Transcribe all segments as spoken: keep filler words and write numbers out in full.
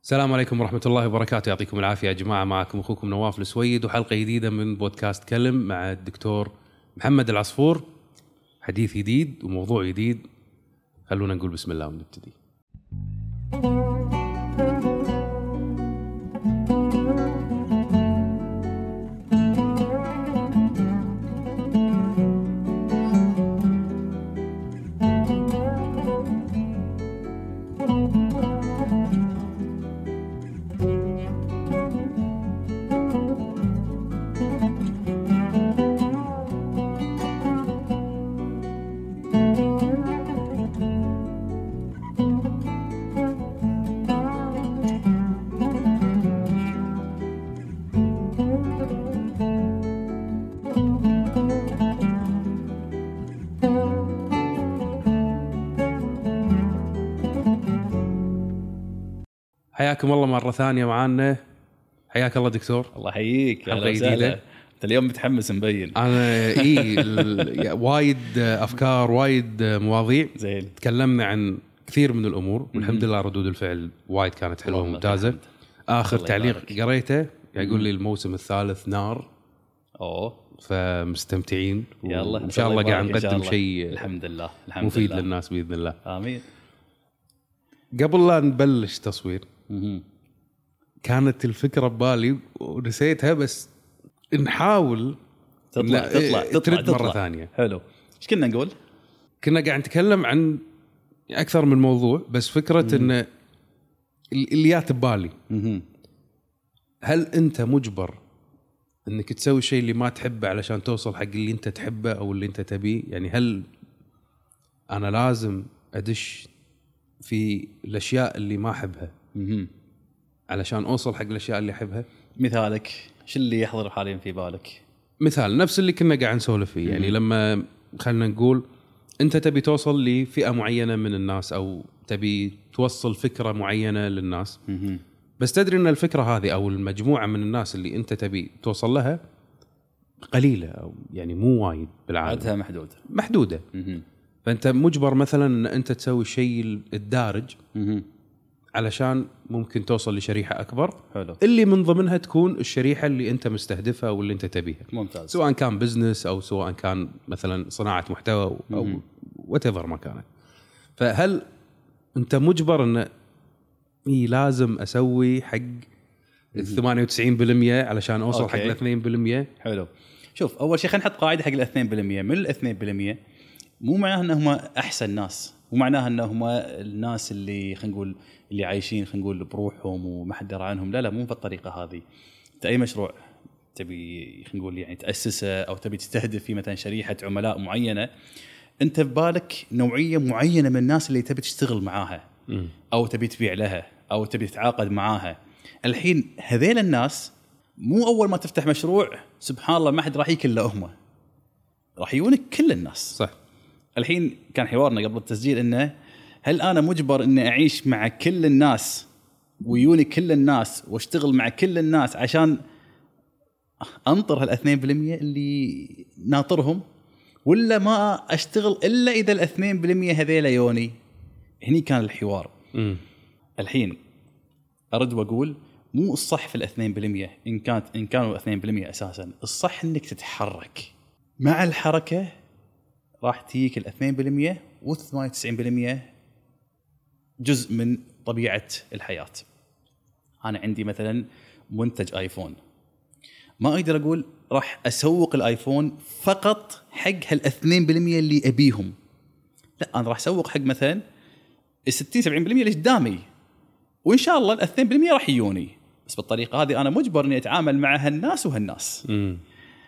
السلام عليكم ورحمة الله وبركاته. يعطيكم العافية يا جماعة. معكم أخوكم نواف السويد وحلقة جديدة من بودكاست كلم مع الدكتور محمد العصفور. حديث جديد وموضوع جديد. خلونا نقول بسم الله ونبتدي. حياكم الله مرة ثانية معانا. حياك الله دكتور. الله يحييك. حلقة جديدة. انت اليوم متحمس مبين. أنا إيه وايد أفكار وايد مواضيع. زين. تكلمنا عن كثير من الأمور والحمد لله ردود الفعل وايد كانت حلوة وممتازة. آخر تعليق قريته يقول لي الموسم الثالث نار. أوه. فمستمتعين. يلا إن شاء الله قاعد نقدم شيء الحمد لله الحمد مفيد لله. للناس بإذن الله. آمين. قبل لا نبلش تصوير مم. كانت الفكرة ببالي ونسيتها بس نحاول تطلع تطلع تطلع, ترد مرة تطلع. ثانية. حلو. إيش كنا نقول؟ كنا قاعد نتكلم عن أكثر من موضوع بس فكرة مم. إن اللي جات ببالي مم. هل أنت مجبر إنك تسوي الشيء اللي ما تحبه علشان توصل حق اللي أنت تحبه أو اللي أنت تبيه؟ يعني هل أنا لازم أدش في الأشياء اللي ما أحبها مم. علشان أوصل حق الأشياء اللي أحبها؟ مثالك شو اللي يحضر حاليا في بالك؟ مثال نفس اللي كنا قاعد نسولف فيه. يعني لما خلنا نقول أنت تبي توصل لفئة معينة من الناس أو تبي توصل فكرة معينة للناس. مم. بس تدري أن الفكرة هذه أو المجموعة من الناس اللي أنت تبي توصل لها قليلة أو يعني مو وايد بالعادة. عدها محدودة. محدودة. مم. فأنت مجبر مثلا أن أنت تسوي الشيء الدارج مم. علشان ممكن توصل لشريحة أكبر. حلو. اللي من ضمنها تكون الشريحة اللي أنت مستهدفها واللي أنت تبيها. ممتاز. سواء كان بزنس أو سواء كان مثلا صناعة محتوى أو whatever ما كانت. فهل أنت مجبر أن إيه لازم أسوي حق الثمانية وتسعين بالمية علشان أوصل أوكي. حق الاثنين بالمية؟ حلو. شوف أول شيء خلينا نحط قاعدة حق الاثنين بالمية. من الاثنين بالمية مو معناه أنهم أحسن ناس، مو معناه أنهم الناس اللي خلينا نقول اللي عايشين خلينا نقول بروحهم وما حد درى عنهم. لا لا مو بالطريقة هذه. أنت أي مشروع تبي خلينا نقول يعني تأسسه أو تبي تستهدف في مثلا شريحة عملاء معينة، أنت ببالك نوعية معينة من الناس اللي تبي تشتغل معاها أو تبي تبيع لها أو تبي تتعاقد معاها. الحين هذيل الناس مو أول ما تفتح مشروع سبحان الله ما حد راح يكل لهم، راح يجونك كل الناس. صح. الحين كان حوارنا قبل التسجيل إنه هل أنا مجبر إني أعيش مع كل الناس ويوني كل الناس واشتغل مع كل الناس عشان أنطر هالاثنين بالمية اللي ناطرهم، ولا ما أشتغل إلا إذا الاثنين بالمية هذيلا يوني؟ هني كان الحوار. م. الحين أرد وأقول مو الصح في الاثنين بالمية إن كانت إن كانوا اثنين بالمية أساساً. الصح إنك تتحرك مع الحركة راح تيك الاثنين بالمية والثمانية وتسعين بالمية جزء من طبيعة الحياة. أنا عندي مثلاً منتج آيفون، ما أقدر أقول راح أسوق الآيفون فقط حق هالاثنين بالمية اللي أبيهم. لا أنا راح أسوق حق مثلاً الستين سبعين بالمية اللي قدامي، وإن شاء الله الاثنين بالمية راح يجوني. بس بالطريقة هذه أنا مجبر إني أتعامل مع هالناس وهالناس. م.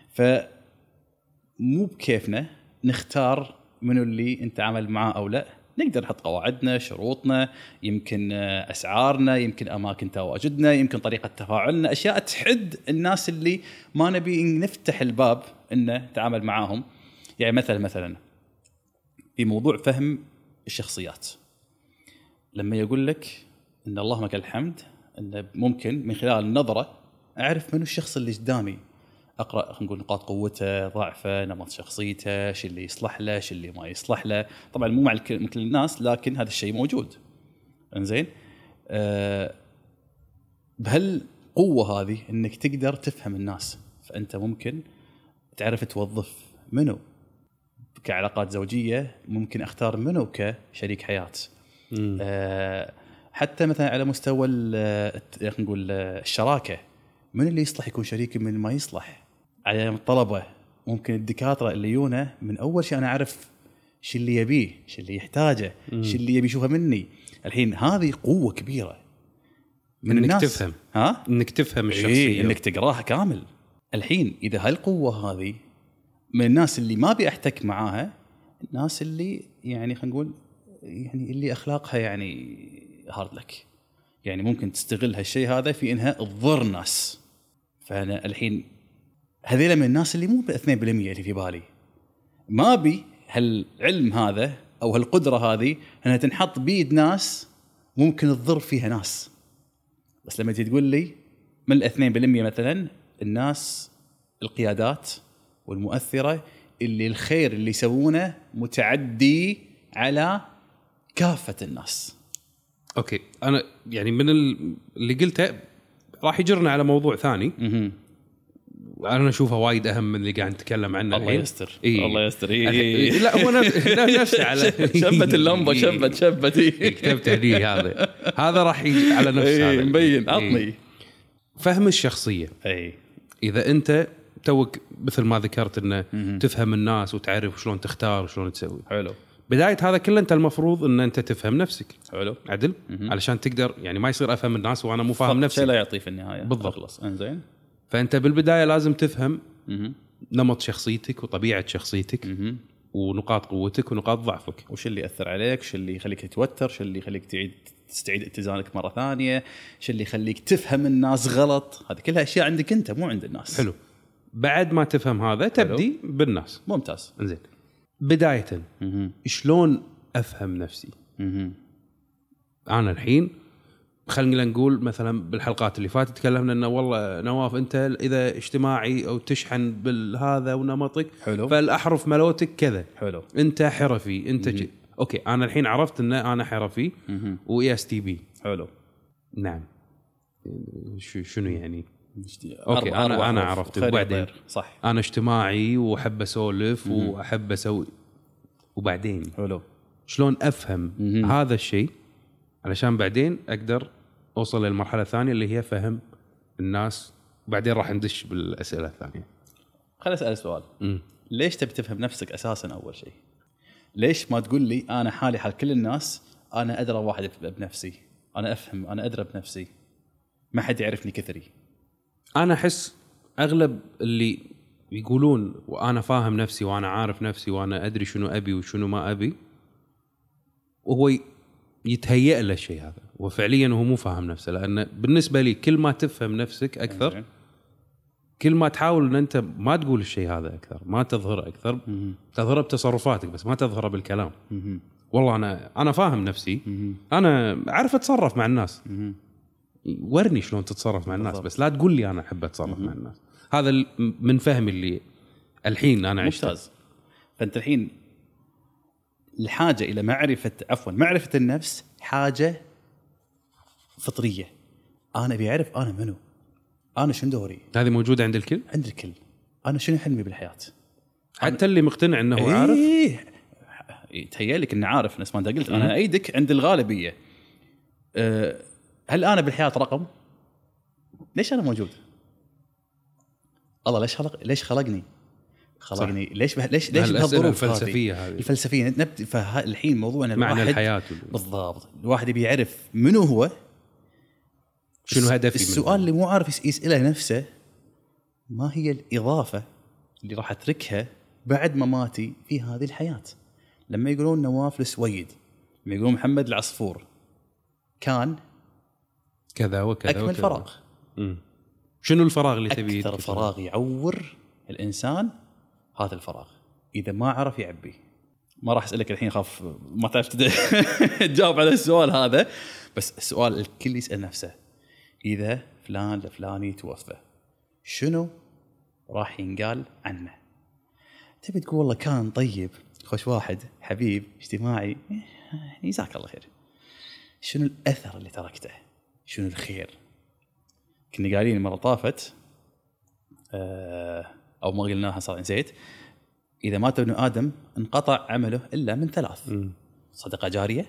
فمو بكيفنا نختار منو اللي نتعامل معاه أو لا. نقدر نحط قواعدنا، شروطنا، يمكن أسعارنا، يمكن أماكن تواجدنا، يمكن طريقة تفاعلنا، أشياء تحد الناس اللي ما نبي نفتح الباب إنه نتعامل معاهم. يعني مثلا مثلا في موضوع فهم الشخصيات، لما يقول لك إن اللهم لك الحمد إن ممكن من خلال النظرة أعرف منو الشخص اللي قدامي، أقرأ خلينا نقول نقاط قوته، ضعفه، نمط شخصيته، شو اللي يصلح له، شو اللي ما يصلح له. طبعا مو مع كل الناس لكن هذا الشيء موجود. إنزين أه بهالقوة هذه انك تقدر تفهم الناس. فانت ممكن تعرف توظف منو كعلاقات زوجية، ممكن اختار منو كشريك حياة. أه حتى مثلا على مستوى خلينا نقول الشراكة، من اللي يصلح يكون شريكي من ما يصلح. على الطلبة ممكن الدكاترة اللي يونه من اول شيء انا اعرف شو اللي يبيه، شو اللي يحتاجه، شو اللي يبي يشوفه مني. الحين هذه قوة كبيرة من انك الناس. تفهم ها انك تفهم الشخصية، إيه انك تقراها كامل. الحين اذا هالقوة هذه من الناس اللي ما بيحتك معاها، الناس اللي يعني خلينا نقول يعني اللي اخلاقها يعني هارد لك، يعني ممكن تستغل هالشيء هذا في انها تضر ناس. فانا الحين هذيلا من الناس اللي مو باثنين بالمية اللي في بالي، ما بي هالعلم هذا او هالقدرة هذه انها تنحط بيد ناس ممكن تضر فيها ناس. بس لما تقول لي من الاثنين بالمية مثلا الناس القيادات والمؤثرة اللي الخير اللي يسوونه متعدي على كافة الناس. اوكي انا يعني من اللي قلته راح يجرنا على موضوع ثاني م-م. انا اشوفه وايد اهم من اللي قاعد نتكلم عنه. الله يستر. إيه؟ الله يستر. إيه إيه؟ لا هو نفسه على شبت اللمبه شبت شبت كتبت هدي هذا هذا راح يجي على نفس إيه هذا مبين. عطني إيه؟ فهم الشخصيه. اي اذا انت توك مثل ما ذكرت انه م-م. تفهم الناس وتعرف شلون تختار وشلون تسوي. حلو. بدايه هذا كله انت المفروض ان انت تفهم نفسك. حلو. عدل م-م. علشان تقدر يعني ما يصير افهم الناس وانا مو فاهم نفسي. لا يعطي في النهايه بالضبط. خلاص انزين. فانت بالبدايه لازم تفهم م-م. نمط شخصيتك وطبيعه شخصيتك م-م. ونقاط قوتك ونقاط ضعفك. وش اللي ياثر عليك، شو اللي يخليك تتوتر، شو اللي يخليك تعيد تستعيد اتزانك مره ثانيه، شو اللي يخليك تفهم الناس غلط. هذه كلها اشياء عندك انت مو عند الناس. حلو. بعد ما تفهم هذا تبدي حلو. بالناس. ممتاز. زين بدايه م-م. شلون افهم نفسي؟ م-م. انا الحين خلينا نقول مثلا بالحلقات اللي فاتت تكلمنا انه والله نواف انت اذا اجتماعي او تشحن بالهذا ونمطك حلو. فالاحرف ملوتك كذا. حلو. انت حرفي انت ج... اوكي انا الحين عرفت ان انا حرفي واي اس تي بي. حلو. نعم شو شنو يعني؟ اوكي انا انا, أنا عرفت. وبعدين صح انا اجتماعي واحب اسولف واحب اسوي. وبعدين حلو شلون افهم مم. هذا الشيء علشان بعدين اقدر اوصل للمرحله الثانيه اللي هي فهم الناس. بعدين راح ندش بالاسئله الثانيه. خليني اسال سؤال. مم. ليش تبي تفهم نفسك اساسا اول شيء؟ ليش ما تقول لي انا حالي حال كل الناس، انا ادرى واحد بنفسي، انا افهم، انا ادرى بنفسي، ما حد يعرفني كثري. انا احس اغلب اللي يقولون وانا فاهم نفسي وانا عارف نفسي وانا ادري شنو ابي وشنو ما ابي، وهو يتهيأ له الشيء هذا وفعليا هو مو فاهم نفسه. لأن بالنسبة لي كل ما تفهم نفسك أكثر كل ما تحاول أن أنت ما تقول الشيء هذا أكثر، ما تظهر أكثر، تظهر بتصرفاتك بس ما تظهر بالكلام. والله أنا أنا فاهم نفسي، أنا أعرف أتصرف مع الناس، ورني شلون تتصرف مع الناس بس لا تقول لي أنا أحب أتصرف مع الناس. هذا من فهم اللي الحين أنا عشت. ممتاز. فأنت الحين الحاجة إلى معرفة عفوا معرفة النفس حاجة فطرية. أنا بيعرف أنا منو، أنا شنو دوري. هذه موجودة عند الكل، عند الكل. أنا شنو حلمي بالحياة، حتى اللي مقتنع أنه إيه عارف. يتهيألك أنه عارف. نفس ما أنت قلت أنا أيدك عند الغالبية. أه هل أنا بالحياة رقم؟ ليش أنا موجود؟ الله ليش خلق ليش خلقني خلقني صح. ليش به... ليش ليش بهالظروف الفلسفيه هذه الفلسفيه نبت فالحين موضوعنا معنى الحياه بالضبط. الواحد يبي يعرف منو هو، شنو هدفي. السؤال اللي مو عارف يسأله نفسه ما هي الإضافة اللي راح أتركها بعد مماتي في هذه الحياة. لما يقولون نواف السويد، لما يقولون محمد العصفور، كان كذا وكذا أكمل وكذا. فراغ. مم. شنو الفراغ اللي تبيه؟ أكثر فراغ يعور الإنسان هذا الفراغ إذا ما عرف يعبي. ما راح أسألك الحين، خاف ما تعرف تجاوب على السؤال هذا، بس السؤال الكل يسأل نفسه إذا فلان لفلاني توفى شنو راح ينقال عنه؟ تبي تقول والله كان طيب خوش واحد حبيب اجتماعي، جزاك الله خير. شنو الأثر اللي تركته؟ شنو الخير؟ كنا قايلين المره طافت آه او ما قلناها صار نسيت، اذا مات ابن ادم انقطع عمله الا من ثلاث: م. صدقه جاريه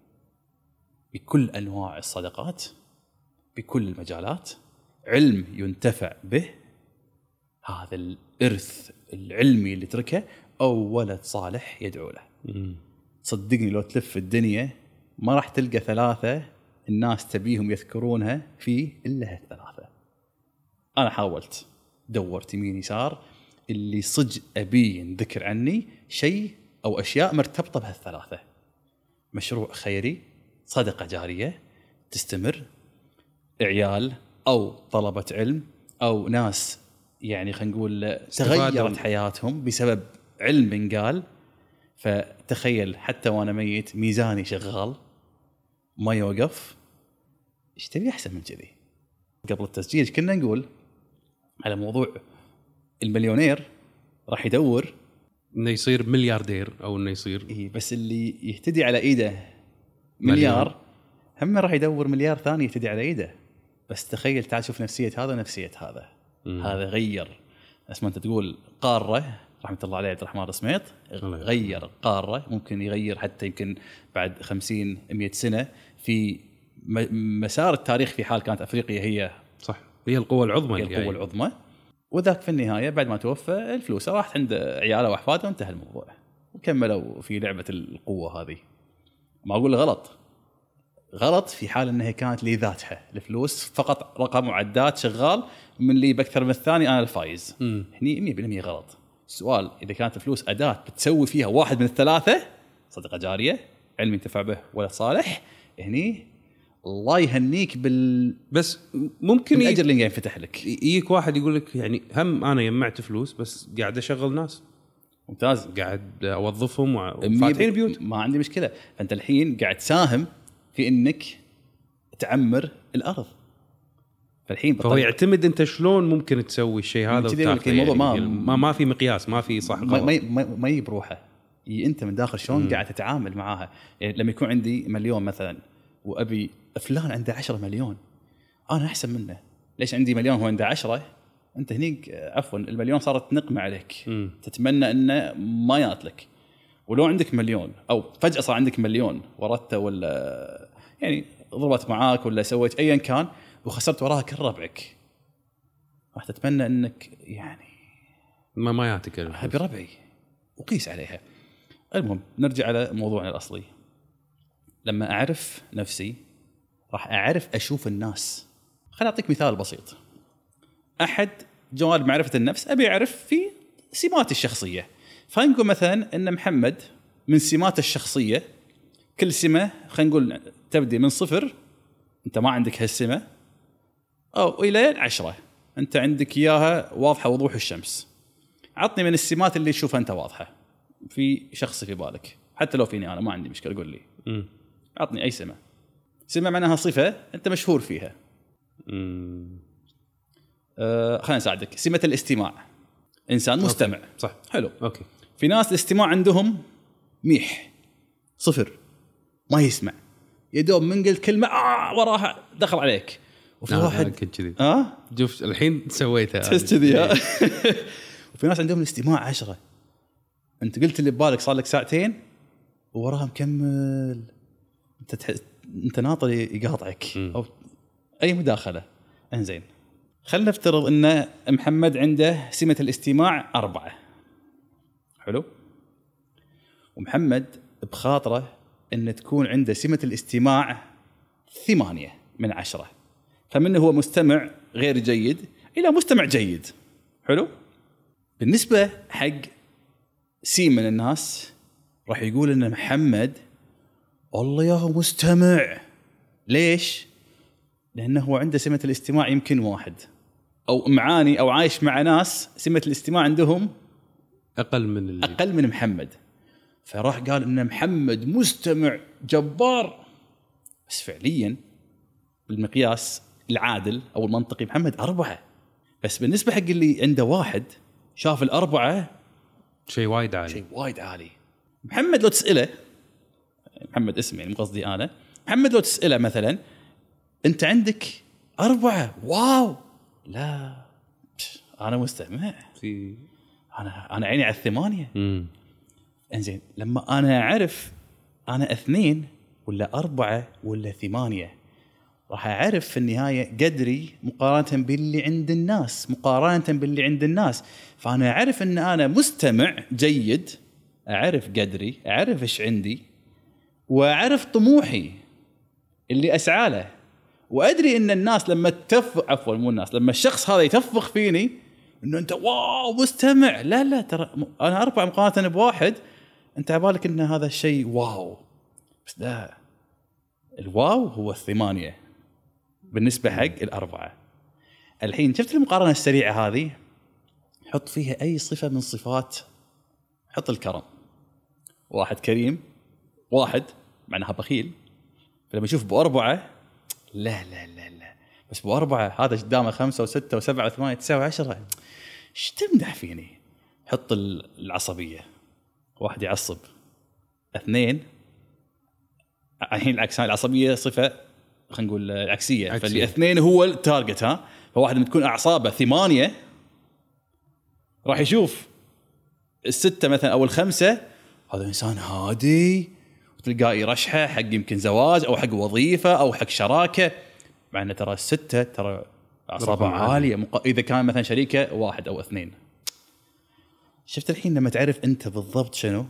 بكل انواع الصدقات بكل المجالات، علم ينتفع به، هذا الارث العلمي اللي تركه، او ولد صالح يدعو له. م. صدقني لو تلف الدنيا ما راح تلقى ثلاثه الناس تبيهم يذكرونها فيه الا هالثلاثه. انا حاولت دورت يمين يسار اللي صج ابي ينذكر عني شيء او اشياء مرتبطه بهالثلاثه: مشروع خيري، صدقه جاريه تستمر، عيال او طلبه علم او ناس يعني خلينا نقول تغيرت حياتهم بسبب علم قال. فتخيل حتى وانا ميت ميزاني شغال ما يوقف، ايش تبي احسن من كذي؟ قبل التسجيل كنا نقول على موضوع المليونير راح يدور انه يصير ملياردير او انه يصير إيه، بس اللي يهتدي على ايده مليار هم راح يدور مليار ثاني يهتدي على ايده. بس تخيل تعال شوف نفسيه هذا ونفسيه هذا. م. هذا غير اسمه انت تقول قاره، رحمه الله عليه عبد الرحمن السميط، غير قاره، ممكن يغير حتى يمكن بعد خمسين مئة سنه في مسار التاريخ، في حال كانت افريقيا هي صح هي القوه العظمى، هي القوه العظمى. وذاك في النهايه بعد ما توفى الفلوس راحت عند عياله واحفاده وانتهى الموضوع، وكملوا في لعبه القوه هذه. ما اقول غلط، غلط في حال انها كانت لذاتها، الفلوس فقط رقم وعداد شغال، من اللي باكثر من الثاني انا الفايز. م. هني مية بالمية غلط. السؤال اذا كانت الفلوس اداه بتسوي فيها واحد من الثلاثه: صدقه جاريه، علم ينتفع به، ولا صالح، هني الله يهنيك بال بس ممكن الاجر اللي ينفتح لك. يجيك واحد يقول لك يعني هم انا جمعت فلوس بس قاعد اشغل ناس. ممتاز. قاعد اوظفهم وفاتحين بيوت، ما عندي مشكله. فانت الحين قاعد تساهم في انك تعمر الارض. فالحين فهو يعتمد انت شلون ممكن تسوي الشيء هذا وتاخذه. يعني ما, ما ما في مقياس، ما في صح ما ما, ما, ما يبروحه. انت من داخل شلون قاعد تتعامل معاها. يعني لما يكون عندي مليون مثلا وابي فلان عنده عشرة مليون، انا احسن منه. ليش عندي مليون هو عنده عشرة؟ انت هنيك عفوا المليون صارت نقمه عليك. م. تتمنى انه ما ياتلك. ولو عندك مليون او فجاه صار عندك مليون ورثته ولا يعني ضربت معاك ولا سويت ايا كان وخسرت وراها كل ربعك، راح تتمنى انك يعني ما ما يعطيك هبي ربعي وقيس عليها. المهم نرجع على موضوعنا الاصلي. لما اعرف نفسي راح اعرف اشوف الناس. خليني اعطيك مثال بسيط. احد جوانب معرفه النفس ابي اعرف في سماتي الشخصيه. فنقول مثلا ان محمد من سماته الشخصيه كل سمه خلينا نقول تبدي من صفر، انت ما عندك هالسمه، او الى عشرة انت عندك اياها واضحه وضوح الشمس. عطني من السمات اللي تشوفها انت واضحه في شخص في بالك، حتى لو فيني انا ما عندي مشكله، قول لي. م. عطني اي سمه. سمه معناها صفه انت مشهور فيها. آه خلينا نساعدك. سمه الاستماع، انسان مستمع. أوكي. صح. حلو. اوكي. في ناس الاستماع عندهم ميح صفر، ما يسمع، يدوم من قلت كلمه آه وراها دخل عليك. وفي آه واحد كذي اه شوف الحين سويتها كذي. وفي ناس عندهم الاستماع عشرة، انت قلت اللي ببالك صار لك ساعتين ووراها مكمل، انت تح... انت ناطر يقاطعك م. او اي مداخله. انزين خلينا نفترض ان محمد عنده سمه الاستماع أربعة. حلو. ومحمد بخاطره ان تكون عنده سمه الاستماع ثمانية من عشرة، فمنه هو مستمع غير جيد الى مستمع جيد. حلو. بالنسبه حق سي من الناس راح يقول ان محمد والله يا هو مستمع. ليش؟ لانه هو عنده سمه الاستماع يمكن واحد، او معاني او عايش مع ناس سمه الاستماع عندهم اقل من اللي. اقل من محمد، فراح قال ان محمد مستمع جبار. بس فعليا بالمقياس العادل او المنطقي محمد أربعة. بس بالنسبه حق اللي عنده واحد شاف الأربعة شيء وايد عالي، شيء وايد عالي. محمد لو تسأله، محمد اسمي يعني قصدي أنا، محمد لو تسأله مثلا أنت عندك أربعة، واو لا انا مستمع في انا انا عيني على الثمانيه. امم انزين لما انا اعرف انا اثنين ولا اربعه ولا ثمانيه راح اعرف في النهايه قدري مقارنه باللي عند الناس مقارنه باللي عند الناس. فانا اعرف ان انا مستمع جيد، اعرف قدري، اعرف ايش عندي، واعرف طموحي اللي اسعى له، وادري ان الناس لما تتفق عفوا مو الناس لما الشخص هذا يتفق فيني انه انت واو مستمع، لا لا ترى انا اربع مقارنه بواحد انت عبالك ان هذا الشيء واو، بس لا الواو هو الثمانيه بالنسبه حق الاربعه. الحين شفت المقارنه السريعه هذه، حط فيها اي صفه من صفات، حط الكرم، واحد كريم واحد معناها بخيل، فلما يشوف بأربعة لا لا لا لا بس بأربعة هذا قدامه خمسة وستة وسبعة وثمانية تسعة وعشرة ايش تمدح فيني. حط العصبية، واحد يعصب، اثنين الحين العكس، العصبية صفة خلينا نقول العكسية عكسية. فاللي اثنين هو التارجت، ها فواحد بتكون أعصابه ثمانية راح يشوف الستة مثلا أو الخمسة هذا إنسان هادي وتلقاه يرشحه حق يمكن زواج أو حق وظيفة أو حق شراكة، مع أن ترى الستة ترى أعصابه عالية مق... إذا كان مثلا شريكة واحد أو اثنين. شفت الحين لما تعرف أنت بالضبط شنو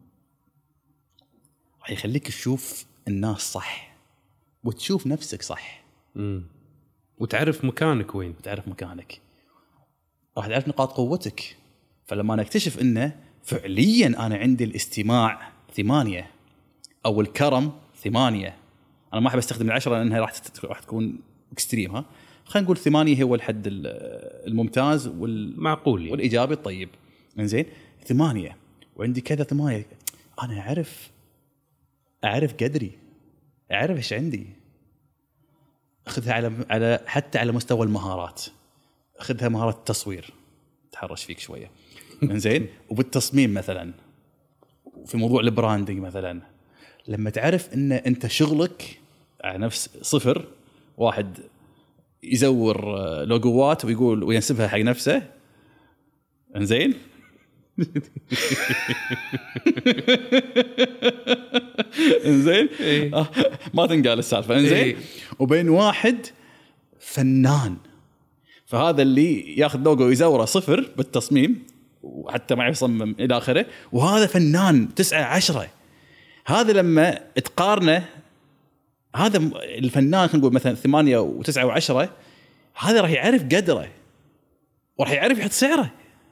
راح يخليك تشوف الناس صح وتشوف نفسك صح. امم وتعرف مكانك وين، وتعرف مكانك، راح تعرف نقاط قوتك. فلما نكتشف انه فعليا انا عندي الاستماع ثمانية او الكرم ثمانية، انا ما احب استخدم العشرة لانها راح راح تكون اكستريم، ها خلينا نقول ثمانية هو الحد الممتاز والمعقول والايجابي الطيب. انزين ثمانية وعندي كذا ثمانية، انا اعرف اعرف قدري، اعرف ايش عندي، اخذها على على حتى على مستوى المهارات، اخذها مهارة التصوير تحرش فيك شويه انزين وبالتصميم مثلا، في موضوع البراندنج مثلا، لما تعرف ان انت شغلك على نفس صفر، واحد يزور لوجوات ويقول وينسبها حق نفسه انزين انزين آه ما تنقال السالفه انزين، وبين واحد فنان، فهذا اللي ياخذ لوجو ويزوره صفر بالتصميم وحتى ما يصمم الى اخره، وهذا فنان تسعة عشرة. هذا لما تقارنه، هذا الفنان خلينا نقول مثلا ثمانية وتسعة وعشرة، هذا راح يعرف قدره وراح يعرف يحط سعره،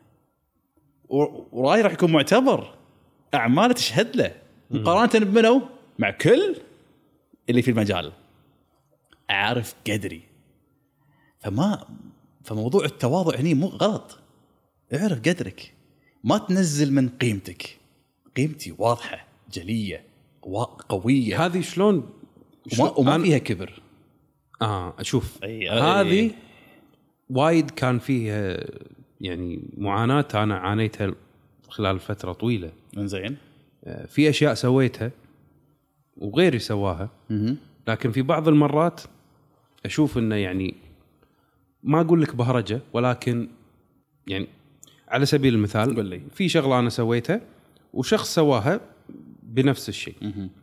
وراي راح يكون معتبر، اعماله تشهد له مقارنه بمنو مع كل اللي في المجال. اعرف قدري، فما فموضوع التواضع هني مو غلط، اعرف قدرك، ما تنزل من قيمتك، قيمتي واضحه جليه قويه، هذه شلون وما, وما فيها كبر. اه اشوف هذه وايد كان فيها يعني معاناة أنا عانيتها خلال فترة طويلة. إنزين في أشياء سويتها وغيري سواها، لكن في بعض المرات أشوف إنه يعني ما أقول لك بهرجة، ولكن يعني على سبيل المثال قل لي في شغلة أنا سويتها وشخص سواها بنفس الشيء،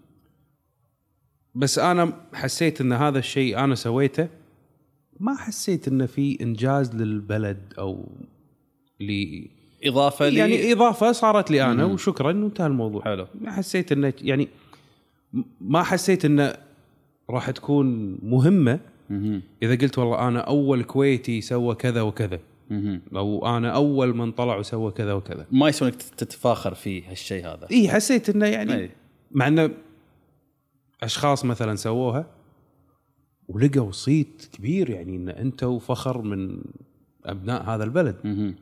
بس أنا حسيت إن هذا الشيء أنا سويته ما حسيت إنه في إنجاز للبلد أو لي إضافة لي، يعني إضافة صارت لي أنا مم. وشكرا وانتهى الموضوع. حلو. حسيت إنه يعني ما حسيت إنه راح تكون مهمة مم. إذا قلت والله أنا أول كويتي سوى كذا وكذا، مم. أو أنا أول من طلع وسوى كذا وكذا، ما يسونك تتفاخر فيه هالشيء هذا. إيه حسيت إنه يعني أي. مع إنه أشخاص مثلا سووها ولقوا صيت كبير، يعني إن أنت وفخر من أبناء هذا البلد. مم.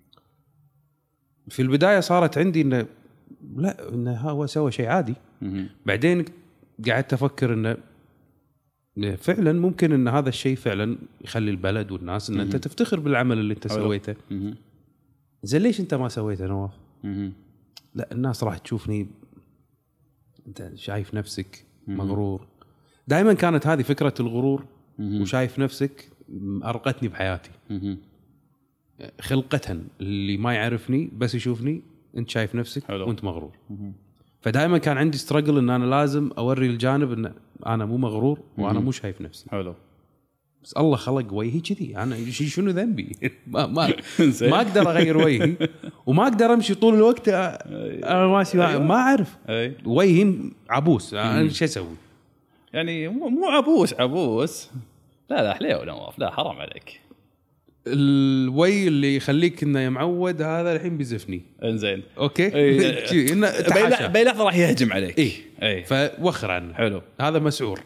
في البداية صارت عندي إنه لا إنه هو سوى شيء عادي. مم. بعدين قعدت أفكر إنه فعلا ممكن إن هذا الشيء فعلا يخلي البلد والناس إن أنت تفتخر بالعمل اللي أنت سويته. زين ليش أنت ما سويته نواف؟ مم. لا الناس راح تشوفني أنت شايف نفسك مم. مغرور. دائما كانت هذه فكرة الغرور. مم. وشايف نفسك ارقتني بحياتي مهم. خلقة. اللي ما يعرفني بس يشوفني انت شايف نفسك حلو. وانت مغرور. مهم. فدائما كان عندي ستراجل ان انا لازم اوري الجانب ان انا مو مغرور وانا مو شايف نفسي. حلو. بس الله خلق وجهي كذي، انا ش- شنو ذنبي؟ ما ما, زين. ما اقدر اغير وجهي وما اقدر امشي طول الوقت. أ- انا ماشي ما- ما اعرف اي وجهي عبوس، انا شو اسوي؟ يعني مو مو عبوس عبوس لا لا حليو نواف لا حرام عليك. الوي اللي يخليك انه معود هذا الحين بيزفني. انزين اوكي إيه. شي، إنه باي تحاشى. باي لحظه راح يهجم عليك. اي اي فوخر عنه. حلو. هذا مسعور.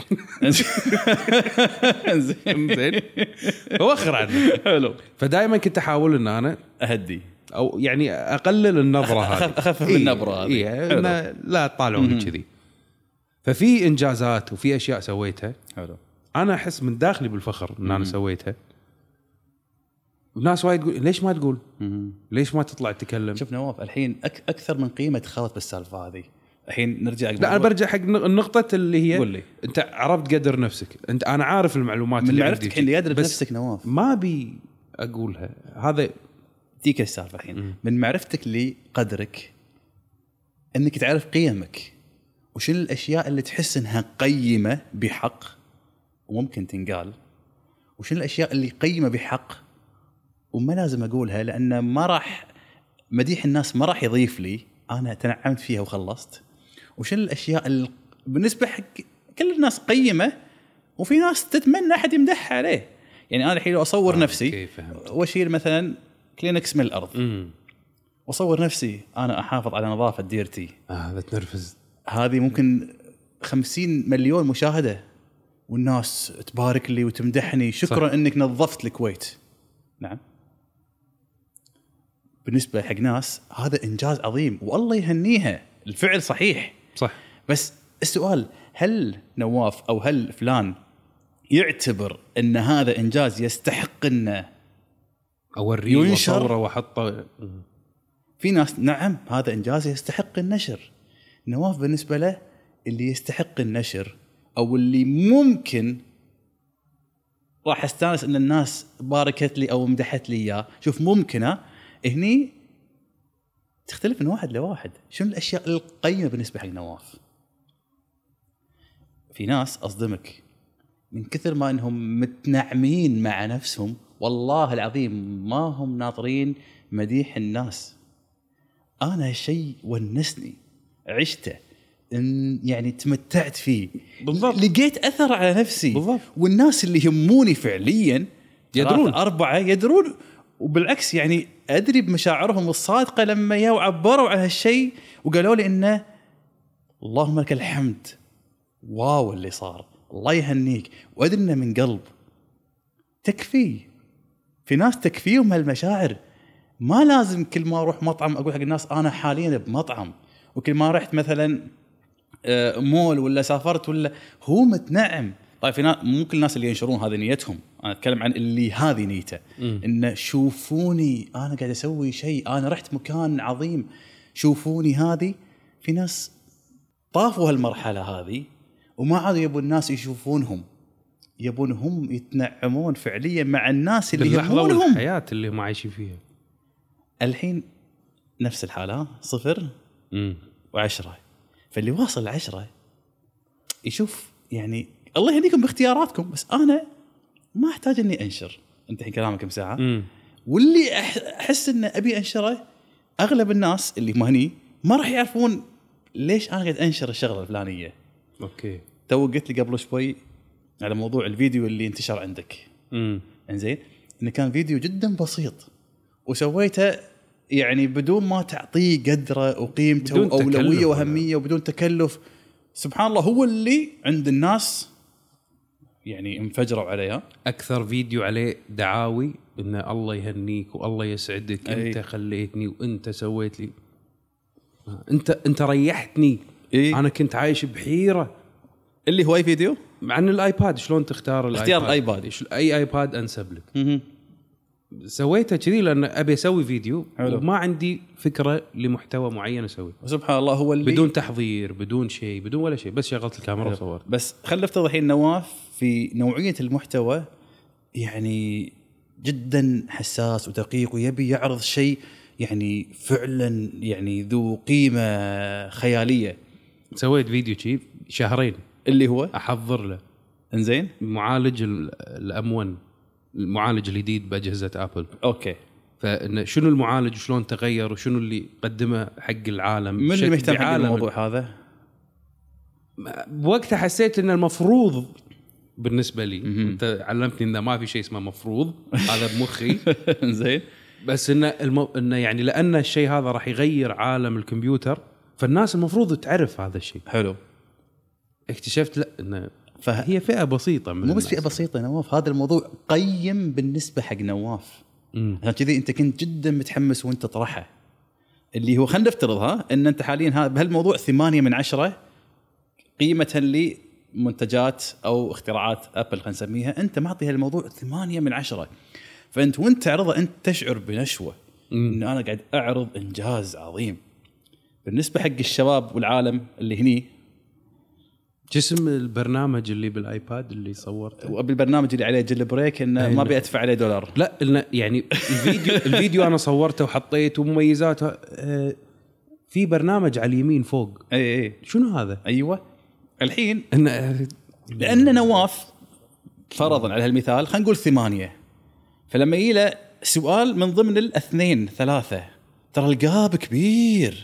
انزين زين وخر عنه. حلو. فدائما كنت احاول ان انا اهدي او يعني اقلل النظره هذه، أخف- أخفف من النبرة هذه. إيه حلو. إنه لا تطالعوني كذي. ففي انجازات وفي اشياء سويتها حلو. انا احس من داخلي بالفخر ان انا سويتها. وناس وايد تقول ليش ما تقول؟ ليش ما تطلع تتكلم؟ شوف نواف الحين أك اكثر من قيمه خلط بالسالفه هذه. الحين نرجع لا انا برجع حق النقطه اللي هي قول لي. انت عرفت قدر نفسك. انت انا عارف المعلومات من اللي معرفتك عندي الحين قادر بس بنفسك نواف. ما بي اقولها. هذا ديك السالفه الحين من معرفتك لقدرك انك تعرف قيمك وشنو الاشياء اللي تحس انها قيمه بحق وممكن تنقال، وشنو الاشياء اللي قيمه بحق وما لازم اقولها لان ما راح مديح الناس ما راح يضيف لي انا تنعمت فيها وخلصت، وشنو الاشياء اللي بالنسبه حق كل الناس قيمه وفي ناس تتمنى احد يمدحها عليه. يعني انا الحين لو اصور آه، نفسي أوكي، فهمت. واشيل مثلا كلينكس من الارض امم واصور نفسي انا احافظ على نظافه ديرتي، آه هذا تنرفز. هذه ممكن خمسين مليون مشاهده والناس تبارك لي وتمدحني شكرا صح. انك نظفت الكويت. نعم بالنسبه حق ناس هذا انجاز عظيم والله يهنيها، الفعل صحيح صح. بس السؤال هل نواف او هل فلان يعتبر ان هذا انجاز يستحق انه اوريه ينشر؟ واصوره واحطه. في ناس نعم هذا انجاز يستحق النشر. نواف بالنسبه له اللي يستحق النشر او اللي ممكن راح استانس ان الناس باركت لي او مدحت لي اياه. شوف ممكنه هني تختلف من واحد لواحد شنو الاشياء القيمه بالنسبه حق نواف. في ناس اصدمك من كثر ما انهم متنعمين مع نفسهم والله العظيم ما هم ناطرين مديح الناس. انا هالشيء ونسني عشته إن يعني تمتعت فيه بالضبط. لقيت اثر على نفسي بالضبط. والناس اللي يهموني فعليا يدرون. ثلاثة أربعة يدرون وبالعكس يعني أدري بمشاعرهم الصادقة لما ياو عبروا عن هالشيء وقالوا لي إنه اللهم لك الحمد واو اللي صار الله يهنيك وأدري إنه من قلب. تكفي في ناس تكفيهم هالمشاعر. ما لازم كل ما أروح مطعم أقول حق الناس أنا حاليا بمطعم، وكل ما رحت مثلا مول ولا سافرت ولا هو متنعم. طيب في ناس ممكن الناس اللي ينشرون هذه نيتهم، انا اتكلم عن اللي هذه نيته ان شوفوني انا قاعد اسوي شيء، انا رحت مكان عظيم شوفوني. هذه في ناس طافوا هالمرحله هذه وما عادوا يبون الناس يشوفونهم، يبون هم يتنعمون فعليا مع الناس اللي اللحظه يهمونهم. والحياه اللي هم عايشين فيها الحين نفس الحاله صفر امم وعشرة. فاللي واصل العشرة يشوف يعني الله يهديكم باختياراتكم، بس أنا ما أحتاج إني أنشر. أنت الحين كلامك كم ساعة امم واللي أح- أحس إن أبي أنشره أغلب الناس اللي ما هني ما راح يعرفون ليش أنا قاعد أنشر الشغلة الفلانية. اوكي. تو قلت لي قبل شوي على موضوع الفيديو اللي انتشر عندك امم إنزين إنه كان فيديو جدا بسيط وسويته يعني بدون ما تعطيه قدره وقيمته بدون وأولوية تكلف وأهمية وبدون تكلف. سبحان الله هو اللي عند الناس يعني انفجروا عليها. اكثر فيديو عليه دعاوي ان الله يهنيك والله يسعدك أي. انت خليتني وانت سويت لي انت انت ريحتني. إيه؟ انا كنت عايش بحيره. اللي هو أي فيديو عن الايباد شلون تختار الايباد، اختيار الآيباد. إيش- اي ايباد انسب لك. مهم. سويته كذي لان ابي اسوي فيديو حلو. وما عندي فكره لمحتوى معين اسويه وسبحان الله هو اللي بدون تحضير بدون شيء بدون ولا شيء، بس شغلت الكاميرا وصورت. بس خلي نفترض الحين نواف في نوعية المحتوى يعني جدا حساس ودقيق ويبي يعرض شيء يعني فعلا يعني ذو قيمة خيالية. سويت فيديو شيء شهرين اللي هو احضر له انزين معالج الام واحد، المعالج الجديد باجهزه ابل. اوكي، فشنو المعالج وشلون تغير وشنو اللي قدمه حق العالم. من اللي مهتم حق الموضوع هذا؟ بوقتها حسيت ان المفروض بالنسبه لي انت علمتني انه ما في شيء اسمه مفروض، هذا بمخي زين. بس انه المو... انه يعني لان الشيء هذا راح يغير عالم الكمبيوتر فالناس المفروض تعرف هذا الشيء. حلو. اكتشفت لا انه فه... هي فئه بسيطه من مو بس فئه بسيطه نواف، هذا الموضوع قيم بالنسبه حق نواف. عشان كذي انت كنت جدا متحمس وانت طرحه، اللي هو خلينا نفترضها ان انت حاليا بهالموضوع ثمانية من عشرة قيمه لمنتجات او اختراعات ابل خلينا نسميها، انت معطي هالموضوع ثمانية من عشرة. فانت وانت تعرضه انت تشعر بنشوه ان انا قاعد اعرض انجاز عظيم بالنسبه حق الشباب والعالم اللي هني. جسم البرنامج اللي بالايباد اللي صورته وبالبرنامج اللي عليه جل بريك انه ما بيدفع عليه دولار. لا إن يعني الفيديو الفيديو انا صورته وحطيته ومميزاته في برنامج على اليمين فوق. اي اي شنو هذا؟ ايوه الحين إن لان نواف فرضا على هالمثال خلينا نقول ثمانية، فلما يجي له سؤال من ضمن الاثنين ثلاثة ترى الجاب كبير،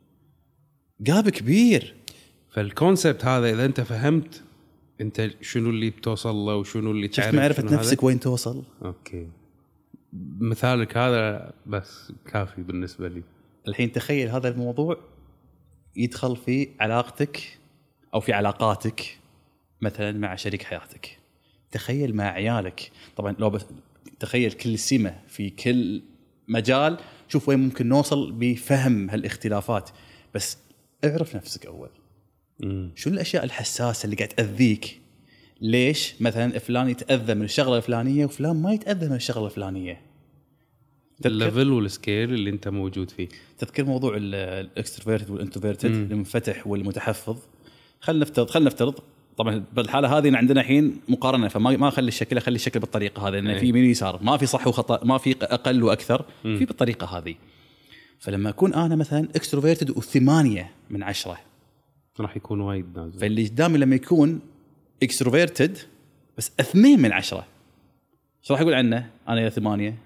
جاب كبير. فالكونسبت هذا اذا انت فهمت انت شنو اللي بتوصل له وشنو اللي تعرف شفت معرفة نفسك وين توصل. اوكي مثالك هذا بس كافي بالنسبة لي. الحين تخيل هذا الموضوع يدخل في علاقتك او في علاقاتك مثلا مع شريك حياتك، تخيل مع عيالك. طبعا لو بس تخيل كل سمة في كل مجال، شوف وين ممكن نوصل بفهم هالاختلافات. بس اعرف نفسك أول. مم. شو الأشياء الحساسة اللي قاعد تأذيك؟ ليش مثلا فلان يتأذى من الشغلة الفلانية وفلان ما يتأذى من الشغلة الفلانية؟ الليفل والسكيل اللي انت موجود فيه. تذكر موضوع الاكستروفيرتد والانتروفيرتد، المنفتح والمتحفظ. خلينا نفترض خلينا نفترض طبعا بالحاله هذه عندنا الحين مقارنه، فما ما اخلي الشكل اخلي الشكل بالطريقه هذه، لان في يمين يسار، ما في صح وخطا، ما في اقل واكثر، م. في بالطريقه هذه. فلما اكون انا مثلا اكستروفيرتد وثمانية من عشرة راح يكون وايد نازل. فاللي قدامي لما يكون اكستروفيرتد بس اثنين من عشرة شو راح يقول عنه؟ انا يا ثمانية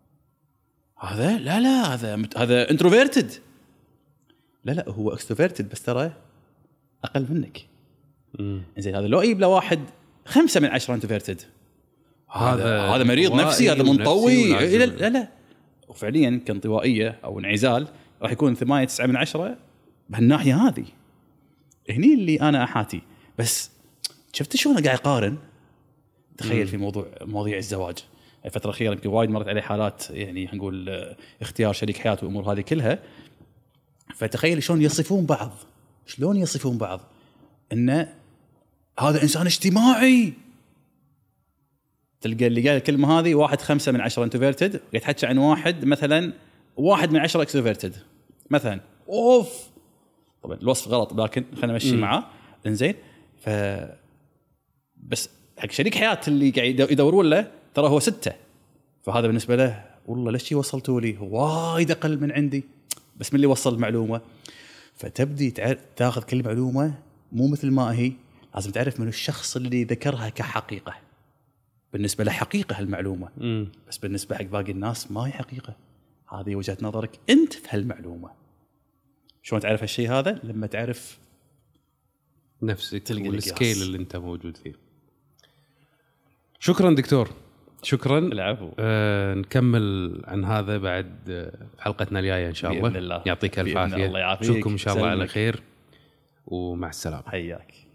هذا لا لا هذا هذا انتروفيرتد. لا لا هو اكستروفيرتد بس ترى اقل منك. زين هذا لو اجيب له واحد خمسة من عشرة انتروفيرتد، هذا هذا مريض نفسي، هذا منطوي. لا لا لا وفعليا كانطوائيه او انعزال راح يكون ثمانية تسعة من عشرة بهالناحيه هذه. هني اللي انا احاتي. بس شفت شلون قاعد اقارن؟ تخيل في موضوع مواضيع الزواج الفتره الاخيره يمكن وايد مرت عليه حالات، يعني هنقول اختيار شريك حياه والامور هذه كلها. فتخيل شلون يصفون بعض، شلون يصفون بعض انه هذا انسان اجتماعي. تلقى اللي قال الكلمه هذه واحد خمسة من عشرة انتروفيرتد يتحكى عن واحد مثلا واحد من عشرة اكستروفيرتد مثلا. اوف طبعا الوصف غلط لكن خلينا نمشي معاه. انزين ف بس حق شريك حياه اللي قاعد يدورون له ترى هو ستة، فهذا بالنسبه له والله ليش وصلتوا لي وايد اقل من عندي، بس من اللي وصل المعلومه. فتبدي تاخذ كل معلومه مو مثل ما هي، لازم تعرف من الشخص اللي ذكرها كحقيقه. بالنسبه له حقيقه هالمعلومه، م. بس بالنسبه حق باقي الناس ما هي حقيقه. هذه وجهه نظرك انت في هالمعلومه. شلون تعرف هالشيء هذا؟ لما تعرف نفسك والسكيل اللي انت موجود فيه. شكرا دكتور، شكرا. العفو. آه نكمل عن هذا بعد في حلقتنا الجايه ان شاء الله. الله. يعطيك الف عافيه. نشوفكم ان شاء الله على خير ومع السلامه. حياك.